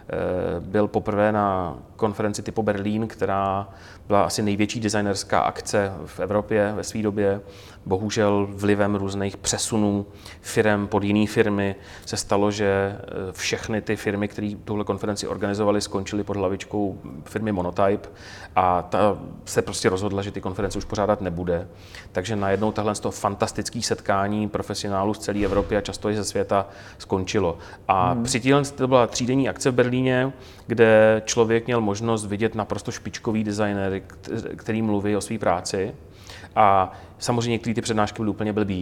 byl poprvé na konferenci typu Berlín, která byla asi největší designerská akce v Evropě ve své době. Bohužel vlivem různých přesunů firem pod jiné firmy se stalo, že všechny ty firmy, které tuhle konferenci organizovaly, skončily pod hlavičkou firmy Monotype a ta se prostě rozhodla, že ty konference už pořádat nebude. Takže najednou tahle z toho fantastické setkání profesionálů z celé Evropy a často i ze světa skončilo. A hmm. při téhle to byla třídenní akce v Berlíně, kde člověk měl možnost vidět naprosto špičkový designéry, který mluví o své práci. A samozřejmě některé ty přednášky byly úplně blbý.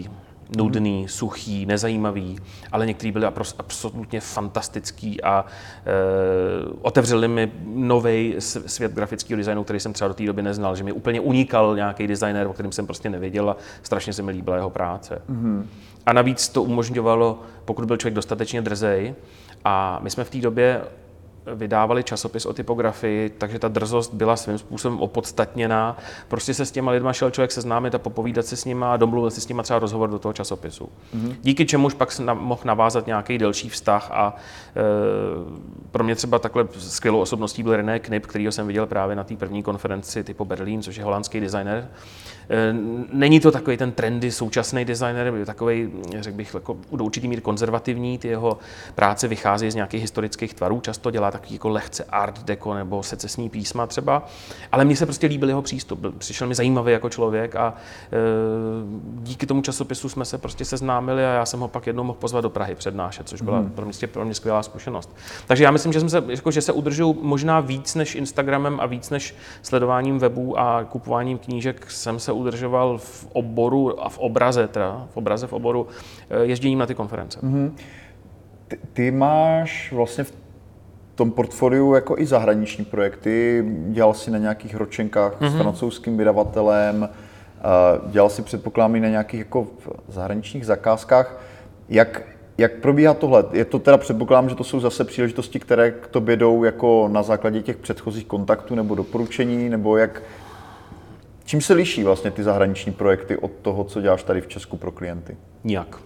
nudný, mm. suchý, nezajímavý, ale některý byli absolutně fantastický a e, otevřeli mi nový svět grafického designu, který jsem třeba do té doby neznal, že mi úplně unikal nějaký designer, o kterém jsem prostě nevěděl a strašně se mi líbila jeho práce. Mm. A navíc to umožňovalo, pokud byl člověk dostatečně drzej, a my jsme v té době vydávali časopis o typografii, takže ta drzost byla svým způsobem opodstatněná. Prostě se s těma lidma šel člověk seznámit a popovídat si s nima a domluvil si s nima třeba rozhovor do toho časopisu. Mm-hmm. Díky čemuž pak na, mohl navázat nějaký delší vztah a e, pro mě třeba takhle skvělou osobností byl René Knip, kterýho jsem viděl právě na té první konferenci typu Berlín, což je holandský designer. E, není to takový ten trendy současný designer, je takový, řekl bych, jako do určitý míry konzervativní, ty jeho práce vychází z nějakých historických tvarů, často dělá takový jako lehce art deco nebo secesní písma třeba, ale mně se prostě líbil jeho přístup, přišel mi zajímavý jako člověk a e, díky tomu časopisu jsme se prostě seznámili a já jsem ho pak jednou mohl pozvat do Prahy přednášet, což byla mm. pro, mě, pro mě skvělá zkušenost. Takže já myslím, že, jsem se, jako, že se udržuju možná víc než Instagramem a víc než sledováním webů a kupováním knížek jsem se udržoval v oboru a v obraze, teda v obraze v oboru ježděním na ty konference. Mm. Ty, ty máš vlastně v tom portfoliu jako i zahraniční projekty, dělal si na nějakých ročenkách mm-hmm. s francouzským vydavatelem, dělal si předpokládám i na nějakých jako zahraničních zakázkách. Jak, jak probíhá tohle? Je to teda předpokládám, že to jsou zase příležitosti, které k tobě jdou jako na základě těch předchozích kontaktů nebo doporučení, nebo jak? Čím se liší vlastně ty zahraniční projekty od toho, co děláš tady v Česku pro klienty? Nijak.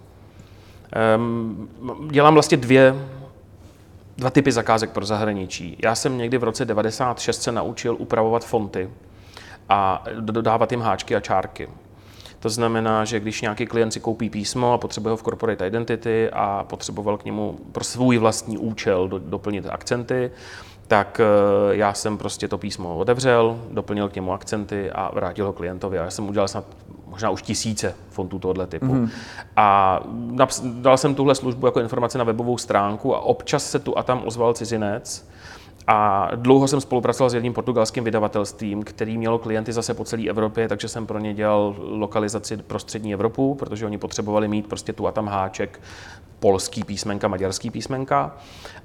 Um, dělám vlastně dvě Dva typy zakázek pro zahraničí. Já jsem někdy v roce devadesát šest se naučil upravovat fonty a dodávat jim háčky a čárky. To znamená, že když nějaký klient si koupí písmo a potřebuje ho v corporate identity a potřeboval k němu pro svůj vlastní účel doplnit akcenty, tak já jsem prostě to písmo otevřel, doplnil k němu akcenty a vrátil ho klientovi. A já jsem udělal snad možná už tisíce fontů tohoto typu. Mm. A dal jsem tuhle službu jako informaci na webovou stránku a občas se tu a tam ozval cizinec. A dlouho jsem spolupracoval s jedním portugalským vydavatelstvím, který mělo klienty zase po celé Evropě, takže jsem pro ně dělal lokalizaci pro střední Evropu, protože oni potřebovali mít prostě tu a tam háček, polský písmenka, maďarský písmenka.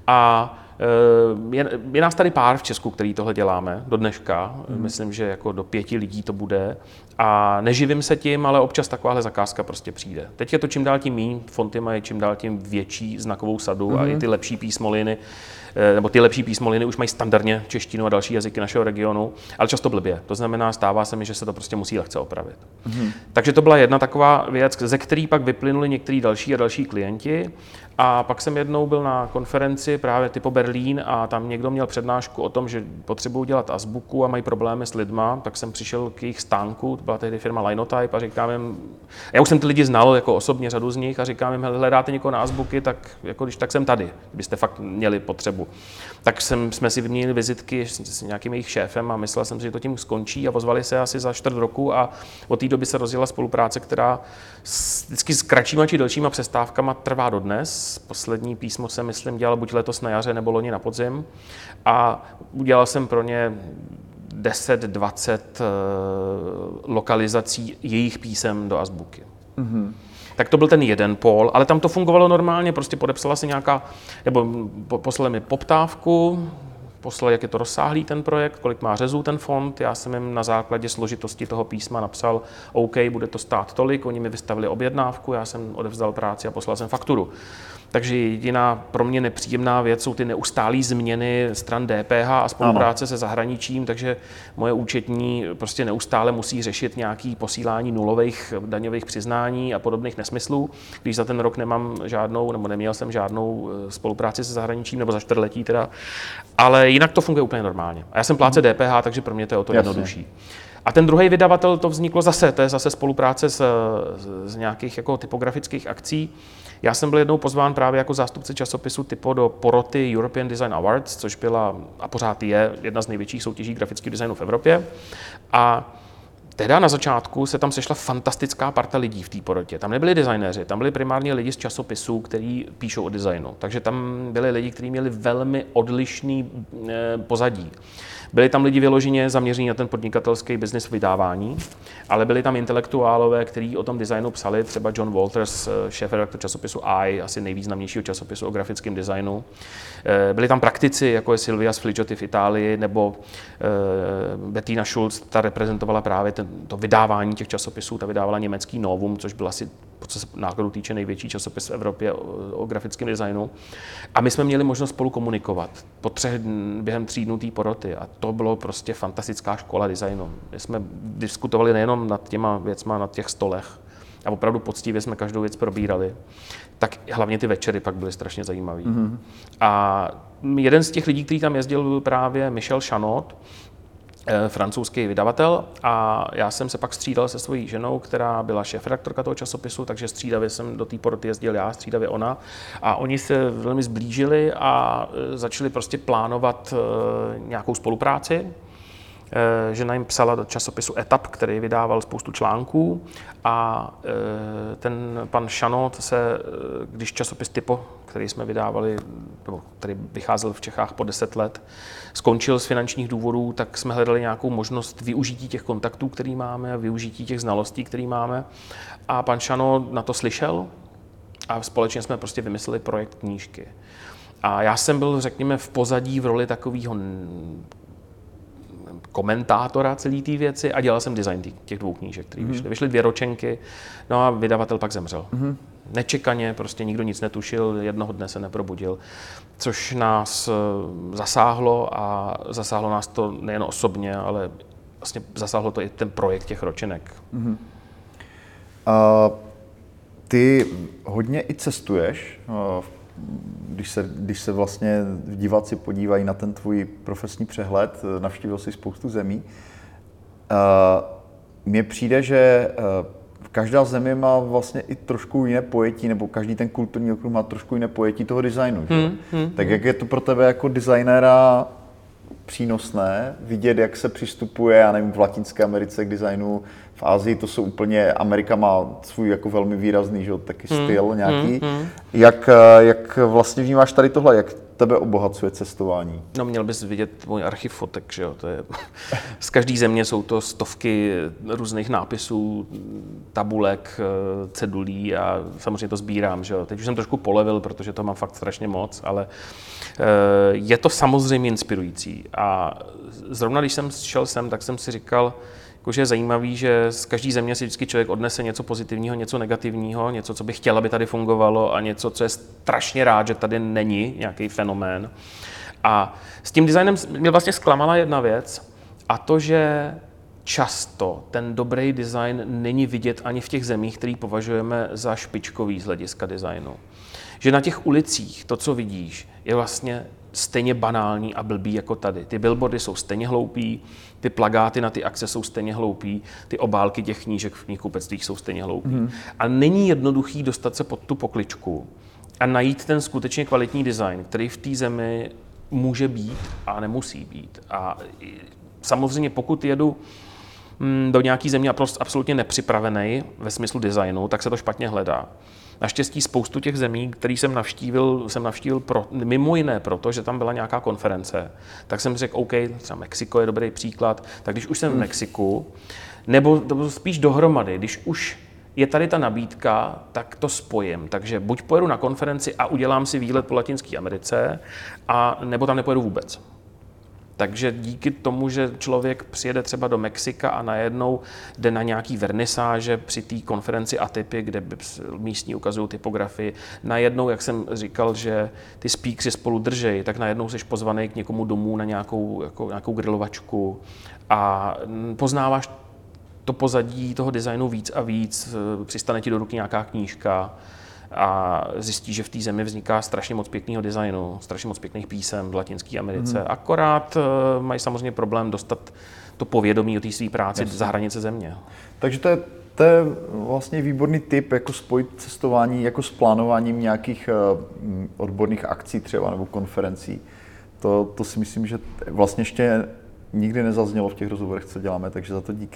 A je, je nás tady pár v Česku, který tohle děláme do dneška. Mm. Myslím, že jako do pěti lidí to bude. A neživím se tím, ale občas takováhle zakázka prostě přijde. Teď je to čím dál tím míň, fonty mají čím dál tím větší znakovou sadu mm. a i ty lepší písmoliny, nebo ty lepší písmoliny už mají standardně češtinu a další jazyky našeho regionu, ale často blbě. To znamená, stává se mi, že se to prostě musí lehce opravit. Mm. Takže to byla jedna taková věc, ze který pak vyplynuli některý další a další klienti. A pak jsem jednou byl na konferenci právě typu Berlín a tam někdo měl přednášku o tom, že potřebují dělat azbuku a mají problémy s lidma, tak jsem přišel k jejich stánku, to byla tehdy firma Linotype a říkám jim, já už jsem ty lidi znal jako osobně řadu z nich a říkám jim, hledáte někoho na azbuky, tak jako když tak jsem tady, kdybyste fakt měli potřebu. Tak jsem, jsme si vyměnili vizitky s, s nějakým jejich šéfem a myslel jsem si, že to tím skončí a ozvali se asi za čtvrt roku a od té doby se rozjela spolupráce, která s, vždycky s kratšíma či delšíma přestávkama trvá dodnes. Poslední písmo jsem, myslím, dělal buď letos na jaře nebo loni na podzim a udělal jsem pro ně deset dvacet uh, lokalizací jejich písem do azbuky. Mm-hmm. Tak to byl ten jeden pól, ale tam to fungovalo normálně, prostě podepsala se nějaká, nebo poslali mi poptávku, poslali, jak je to rozsáhlý ten projekt, kolik má řezů ten fond, já jsem jim na základě složitosti toho písma napsal, OK, bude to stát tolik, oni mi vystavili objednávku, já jsem odevzdal práci a poslal jsem fakturu. Takže jediná pro mě nepříjemná věc jsou ty neustálé změny stran D P H a spolupráce ano. se zahraničím, takže moje účetní prostě neustále musí řešit nějaké posílání nulových daňových přiznání a podobných nesmyslů, když za ten rok nemám žádnou, nebo neměl jsem žádnou spolupráci se zahraničím, nebo za čtvrtletí teda, ale jinak to funguje úplně normálně. A já jsem plátce D P H, takže pro mě to je o to Jasně. jednodušší. A ten druhý vydavatel, to vzniklo zase, to je zase spolupráce s, z nějakých jako typografických akcí. Já jsem byl jednou pozván právě jako zástupce časopisu Typo do poroty European Design Awards, což byla a pořád je jedna z největších soutěží grafického designu v Evropě. A teda na začátku se tam sešla fantastická parta lidí v té porotě. Tam nebyli designéři, tam byli primárně lidi z časopisů, kteří píšou o designu. Takže tam byli lidi, kteří měli velmi odlišný pozadí. Byli tam lidi vyloženě zaměření na ten podnikatelský biznis vydávání, ale byli tam intelektuálové, kteří o tom designu psali, třeba John Walters, šéfredaktor časopisu I, asi nejvýznamnějšího časopisu o grafickém designu. Byli tam praktici, jako je Silvia Sfligiotti v Itálii, nebo Bettina Schulz, ta reprezentovala právě ten, to vydávání těch časopisů, ta vydávala německý Novum, což byl asi, co se nákladu týče, největší časopis v Evropě o, o grafickém designu. A my jsme měli možnost spolu komunikovat po třech, během tří dnů té poroty a to bylo prostě fantastická škola designu. My jsme diskutovali nejenom nad těma věcma, nad těch stolech a opravdu poctivě jsme každou věc probírali, tak hlavně ty večery pak byly strašně zajímavý. Mm-hmm. A jeden z těch lidí, který tam jezdil, byl právě Michel Chanot, francouzský vydavatel, a já jsem se pak střídal se svojí ženou, která byla šéfredaktorka toho časopisu, takže střídavě jsem do té poroty jezdil já, střídavě ona, a oni se velmi zblížili a začali prostě plánovat nějakou spolupráci. Žena jim psala do časopisu Etap, který vydával spoustu článků, a ten pan Chanot se, když časopis Typo, který jsme vydávali, nebo který vycházel v Čechách po deset let, skončil z finančních důvodů, tak jsme hledali nějakou možnost využití těch kontaktů, který máme, využití těch znalostí, který máme. A pan Chanot na to slyšel a společně jsme prostě vymysleli projekt knížky. A já jsem byl, řekněme, v pozadí v roli takového komentátora celé té věci a dělal jsem design těch dvou knížek, které mm-hmm. vyšly. Vyšly dvě ročenky, no a vydavatel pak zemřel. Mm-hmm. Nečekaně, prostě nikdo nic netušil, jednoho dne se neprobudil, což nás zasáhlo a zasáhlo nás to nejen osobně, ale vlastně zasáhlo to i ten projekt těch ročenek. Mm-hmm. Uh, ty hodně i cestuješ, uh, Když se, když se vlastně diváci podívají na ten tvůj profesní přehled, navštívil jsi spoustu zemí. Mně přijde, že každá země má vlastně i trošku jiné pojetí, nebo každý ten kulturní okruh má trošku jiné pojetí toho designu. Že? Hmm, hmm, tak jak je to pro tebe jako designéra přínosné vidět, jak se přistupuje, já nevím, v Latinské Americe k designu, v Asii to jsou úplně, Amerika má svůj jako velmi výrazný, že, taky styl hmm, nějaký. Hmm, hmm. Jak, jak vlastně vnímáš tady tohle, jak tebe obohacuje cestování? No, měl bys vidět můj archiv fotek, že jo, to je, z každé země jsou to stovky různých nápisů, tabulek, cedulí a samozřejmě to sbírám, že jo. Teď už jsem trošku polevil, protože to mám fakt strašně moc, ale je to samozřejmě inspirující. A zrovna když jsem šel sem, tak jsem si říkal, že je zajímavý, že z každé země si vždycky člověk odnese něco pozitivního, něco negativního, něco, co by chtěl, aby tady fungovalo, a něco, co je strašně rád, že tady není nějaký fenomén. A s tím designem mě vlastně zklamala jedna věc, a to, že často ten dobrý design není vidět ani v těch zemích, které považujeme za špičkový z hlediska designu. Že na těch ulicích to, co vidíš, je vlastně stejně banální a blbý jako tady. Ty billboardy jsou stejně hloupí, ty plakáty na ty akce jsou stejně hloupí, ty obálky těch knížek v knihkupectvích jsou stejně hloupí. Mm. A není jednoduchý dostat se pod tu pokličku a najít ten skutečně kvalitní design, který v té zemi může být a nemusí být. A samozřejmě pokud jedu do nějaké země absolutně nepřipravený ve smyslu designu, tak se to špatně hledá. Naštěstí spoustu těch zemí, který jsem navštívil, jsem navštívil pro, mimo jiné proto, že tam byla nějaká konference. Tak jsem řekl, OK, třeba Mexiko je dobrý příklad, tak když už jsem v Mexiku, nebo to spíš dohromady, když už je tady ta nabídka, tak to spojím. Takže buď pojedu na konferenci a udělám si výlet po Latinské Americe, a nebo tam nepojedu vůbec. Takže díky tomu, že člověk přijede třeba do Mexika a najednou jde na nějaký vernisáže při té konferenci Atypy, kde místní ukazují typografii, najednou, jak jsem říkal, že ty speakeři spolu držej, tak najednou jsi pozvaný k někomu domů na nějakou, jako, nějakou grilovačku a poznáváš to pozadí toho designu víc a víc, přistane ti do ruky nějaká knížka a zjistí, že v té zemi vzniká strašně moc pěkného designu, strašně moc pěkných písem v Latinské Americe. Mm. Akorát uh, mají samozřejmě problém dostat to povědomí o té své práci za hranice země. Takže to je, to je vlastně výborný tip, jako spojit cestování jako s plánováním nějakých uh, odborných akcí třeba nebo konferencí. To, to si myslím, že vlastně ještě nikdy nezaznělo v těch rozhovorech, co děláme, takže za to díky.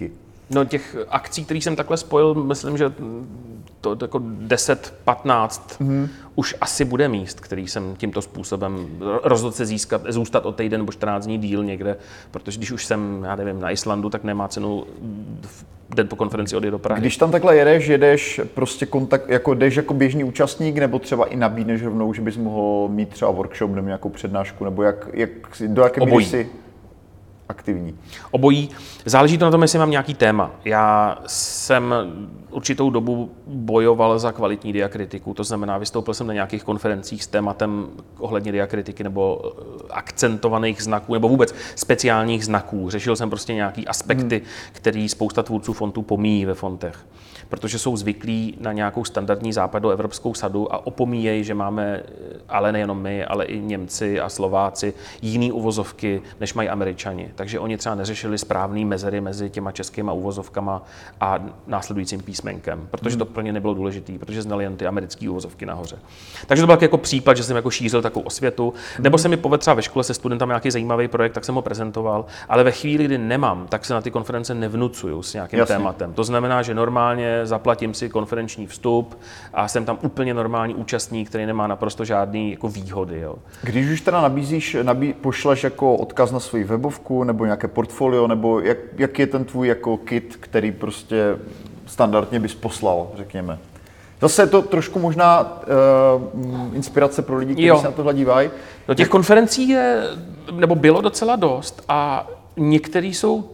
No těch akcí, které jsem takhle spojil, myslím, že to, to jako deset patnáct mm-hmm. už asi bude míst, který jsem tímto způsobem rozhodl se získat, zůstat o týden nebo čtrnáct dní díl někde, protože když už jsem, já nevím, na Islandu, tak nemá cenu den po konferenci odjet do Prahy. Když tam takhle jedeš, jedeš prostě kontakt, jako jdeš jako běžný účastník, nebo třeba i nabídneš rovnou, že bys mohl mít třeba workshop nebo nějakou přednášku, nebo jak, jak do jaké míry jsi aktivní? Obojí. Záleží to na tom, jestli mám nějaký téma. Já jsem určitou dobu bojoval za kvalitní diakritiku, to znamená, vystoupil jsem na nějakých konferencích s tématem ohledně diakritiky nebo akcentovaných znaků, nebo vůbec speciálních znaků. Řešil jsem prostě nějaký aspekty, hmm. které spousta tvůrců fontů pomíjí ve fontech, protože jsou zvyklí na nějakou standardní západoevropskou sadu a opomíjejí, že máme, ale nejenom my, ale i Němci a Slováci, jiný uvozovky, než mají Američani. Takže oni třeba neřešili správný mezery mezi těma českýma uvozovkama a následujícím písmenkem, protože to pro ně nebylo důležité, protože znali jen ty americké uvozovky nahoře. Takže to byl jako případ, že jsem jako šířil takovou osvětu, nebo se mi povedl třeba ve škole se studentem nějaký zajímavý projekt, tak jsem ho prezentoval, ale ve chvíli, kdy nemám, tak se na ty konference nevnucuju s nějakým Jasně. tématem. To znamená, že normálně zaplatím si konferenční vstup a jsem tam úplně normální účastník, který nemá naprosto žádný jako výhody. Jo. Když už teda nabízíš, nabí, pošleš jako odkaz na svoji webovku nebo nějaké portfolio, nebo jak, jak je ten tvůj jako kit, který prostě standardně bys poslal, řekněme. Zase je to trošku možná uh, inspirace pro lidi, kteří jo. se na tohle dívají. No těch konferencí je, nebo bylo docela dost a některý jsou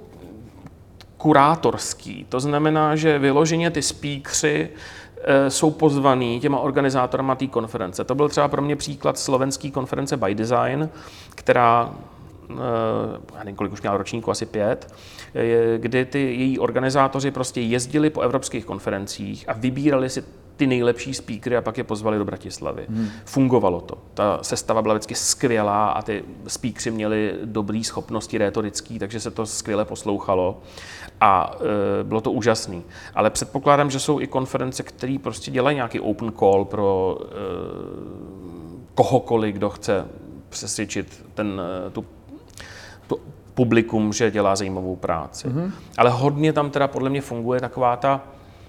kurátorský. To znamená, že vyloženě ty speakeři e, jsou pozvaný těma organizátorama té konference. To byl třeba pro mě příklad slovenské konference By Design, která, e, já nevím, kolik už měla ročníku, asi pět, e, kdy ty její organizátoři prostě jezdili po evropských konferencích a vybírali si ty nejlepší speakery a pak je pozvali do Bratislavy. Hmm. Fungovalo to. Ta sestava byla vždycky skvělá a ty speakeři měli dobré schopnosti rétorické, takže se to skvěle poslouchalo a e, bylo to úžasný. Ale předpokládám, že jsou i konference, které prostě dělají nějaký open call pro e, kohokoliv, kdo chce přesvědčit ten, tu, tu publikum, že dělá zajímavou práci. Hmm. Ale hodně tam teda podle mě funguje taková ta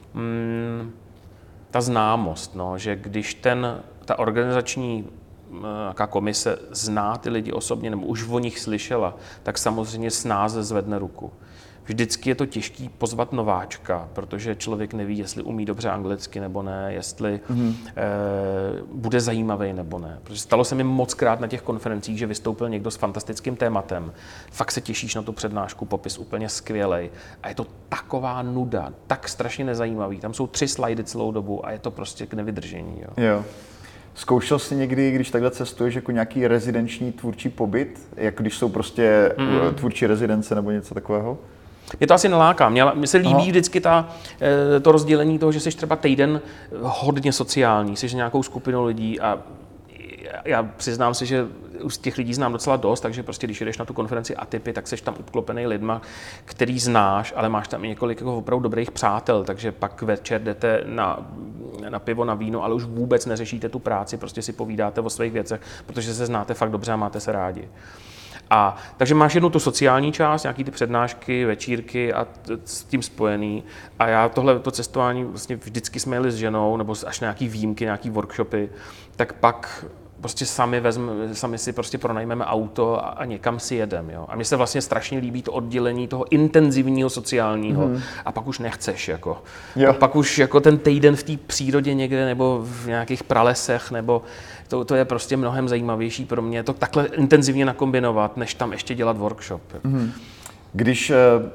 mm, ta známost, no, že když ten, ta organizační jaká komise zná ty lidi osobně nebo už o nich slyšela, tak samozřejmě snáze zvedne ruku. Vždycky je to těžký pozvat nováčka, protože člověk neví, jestli umí dobře anglicky nebo ne, jestli mm. e, bude zajímavý nebo ne. Protože stalo se mi moc krát na těch konferencích, že vystoupil někdo s fantastickým tématem. Fakt se těšíš na tu přednášku, popis úplně skvělej. A je to taková nuda, tak strašně nezajímavý. Tam jsou tři slajdy celou dobu a je to prostě k nevydržení. Jo. Jo. Zkoušel jsi někdy, když takhle cestuješ, jako nějaký rezidenční tvůrčí pobyt? Jak když jsou prostě mm. tvůrčí rezidence nebo něco takového? Mě to asi neláká. Mně se líbí Aha. vždycky ta, to rozdělení toho, že jsi třeba týden hodně sociální, jsi nějakou skupinu lidí a já přiznám si, že už těch lidí znám docela dost, takže prostě když jdeš na tu konferenci Atypy, tak jsi tam obklopený lidma, který znáš, ale máš tam i několik jako opravdu dobrých přátel, takže pak večer jdete na, na pivo, na víno, ale už vůbec neřešíte tu práci, prostě si povídáte o svých věcech, protože se znáte fakt dobře a máte se rádi. A takže máš jednu tu sociální část, nějaký ty přednášky, večírky a t- s tím spojený. A já tohle to cestování vlastně vždycky jsme jeli s ženou, nebo až nějaký výjimky, nějaký workshopy, tak pak prostě sami, vezme, sami si prostě pronajmeme auto a, a někam si jedem. Jo? A mně se vlastně strašně líbí to oddělení toho intenzivního sociálního mm. a pak už nechceš. Jako. A pak už jako ten týden v té přírodě někde nebo v nějakých pralesech, nebo to, to je prostě mnohem zajímavější pro mě to takhle intenzivně nakombinovat, než tam ještě dělat workshop. Mm. Když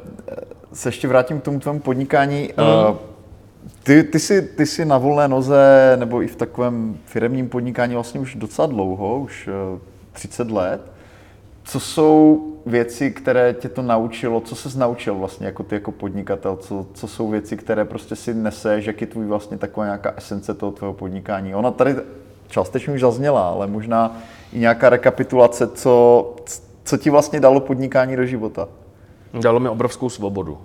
se ještě vrátím k tomu tvému podnikání, mm. Ty, ty, jsi, ty jsi na volné noze, nebo i v takovém firemním podnikání vlastně už docela dlouho, už třicet let. Co jsou věci, které tě to naučilo, co ses naučil vlastně jako ty jako podnikatel, co, co jsou věci, které prostě si neseš, jak je tvůj vlastně taková nějaká esence toho tvého podnikání? Ona tady částečně už zazněla, ale možná i nějaká rekapitulace, co, co ti vlastně dalo podnikání do života? Dalo mi obrovskou svobodu.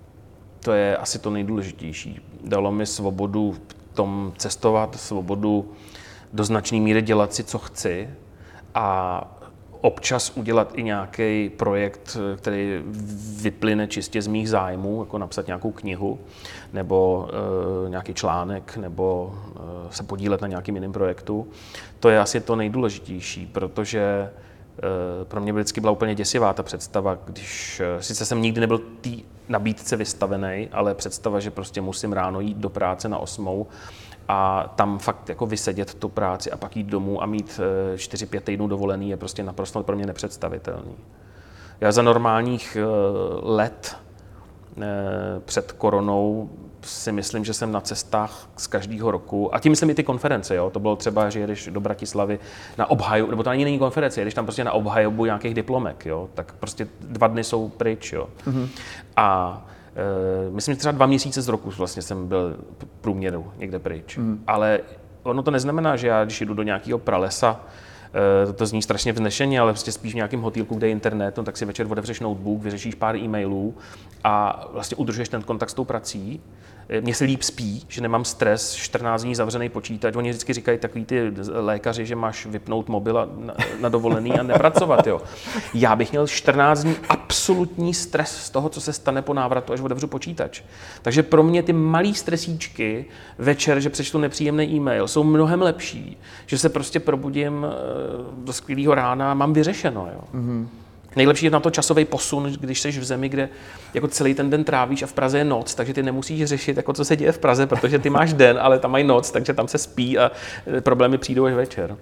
To je asi to nejdůležitější. Dalo mi svobodu v tom cestovat, svobodu do značné míry dělat si, co chci a občas udělat i nějaký projekt, který vyplyne čistě z mých zájmů, jako napsat nějakou knihu, nebo e, nějaký článek, nebo e, se podílet na nějakým jiném projektu. To je asi to nejdůležitější, protože e, pro mě vždycky byla úplně děsivá ta představa, když e, sice jsem nikdy nebyl té nabídce vystavený, ale představa, že prostě musím ráno jít do práce na osmou a tam fakt jako vysedět tu práci a pak jít domů a mít čtyři pět týdnů dovolený je prostě naprosto pro mě nepředstavitelný. Já za normálních let před koronou si myslím, že jsem na cestách z každého roku, a tím myslím i ty konference, jo? To bylo třeba, že jedeš do Bratislavy na obhajobu, nebo to ani není konference, jedeš tam prostě na obhajobu nějakých diplomek, jo? Tak prostě dva dny jsou pryč. Jo? Mm-hmm. A e, myslím, že třeba dva měsíce z roku vlastně jsem byl průměru někde pryč. Mm. Ale ono to neznamená, že já, když jdu do nějakého pralesa, To, to zní strašně vznešeně, ale prostě spíš v nějakém hotýlku, kde je internet, no, tak si večer otevřeš notebook, vyřešíš pár e-mailů a vlastně udržuješ ten kontakt s tou prací. Mně se líp spí, že nemám stres, čtrnáct dní zavřený počítač. Oni vždycky říkají takový ty lékaři, že máš vypnout mobil a na, na dovolený a nepracovat. Jo. Já bych měl čtrnáct dní absolutní stres z toho, co se stane po návratu, až otevřu počítač. Takže pro mě ty malý stresíčky večer, že přečtu nepříjemný e-mail, jsou mnohem lepší, že se prostě probudím do skvělého rána a mám vyřešeno. Jo. Mm-hmm. Nejlepší je na to časový posun, když jsi v zemi, kde jako celý ten den trávíš a v Praze je noc, takže ty nemusíš řešit, jako co se děje v Praze, protože ty máš den, ale tam mají noc, takže tam se spí a problémy přijdou až večer.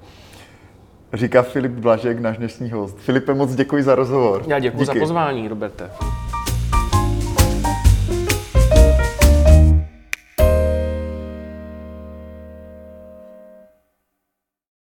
Říká Filip Blažek, náš dnešní host. Filipe, moc děkuji za rozhovor. Já děkuji Díky. za pozvání, Roberte.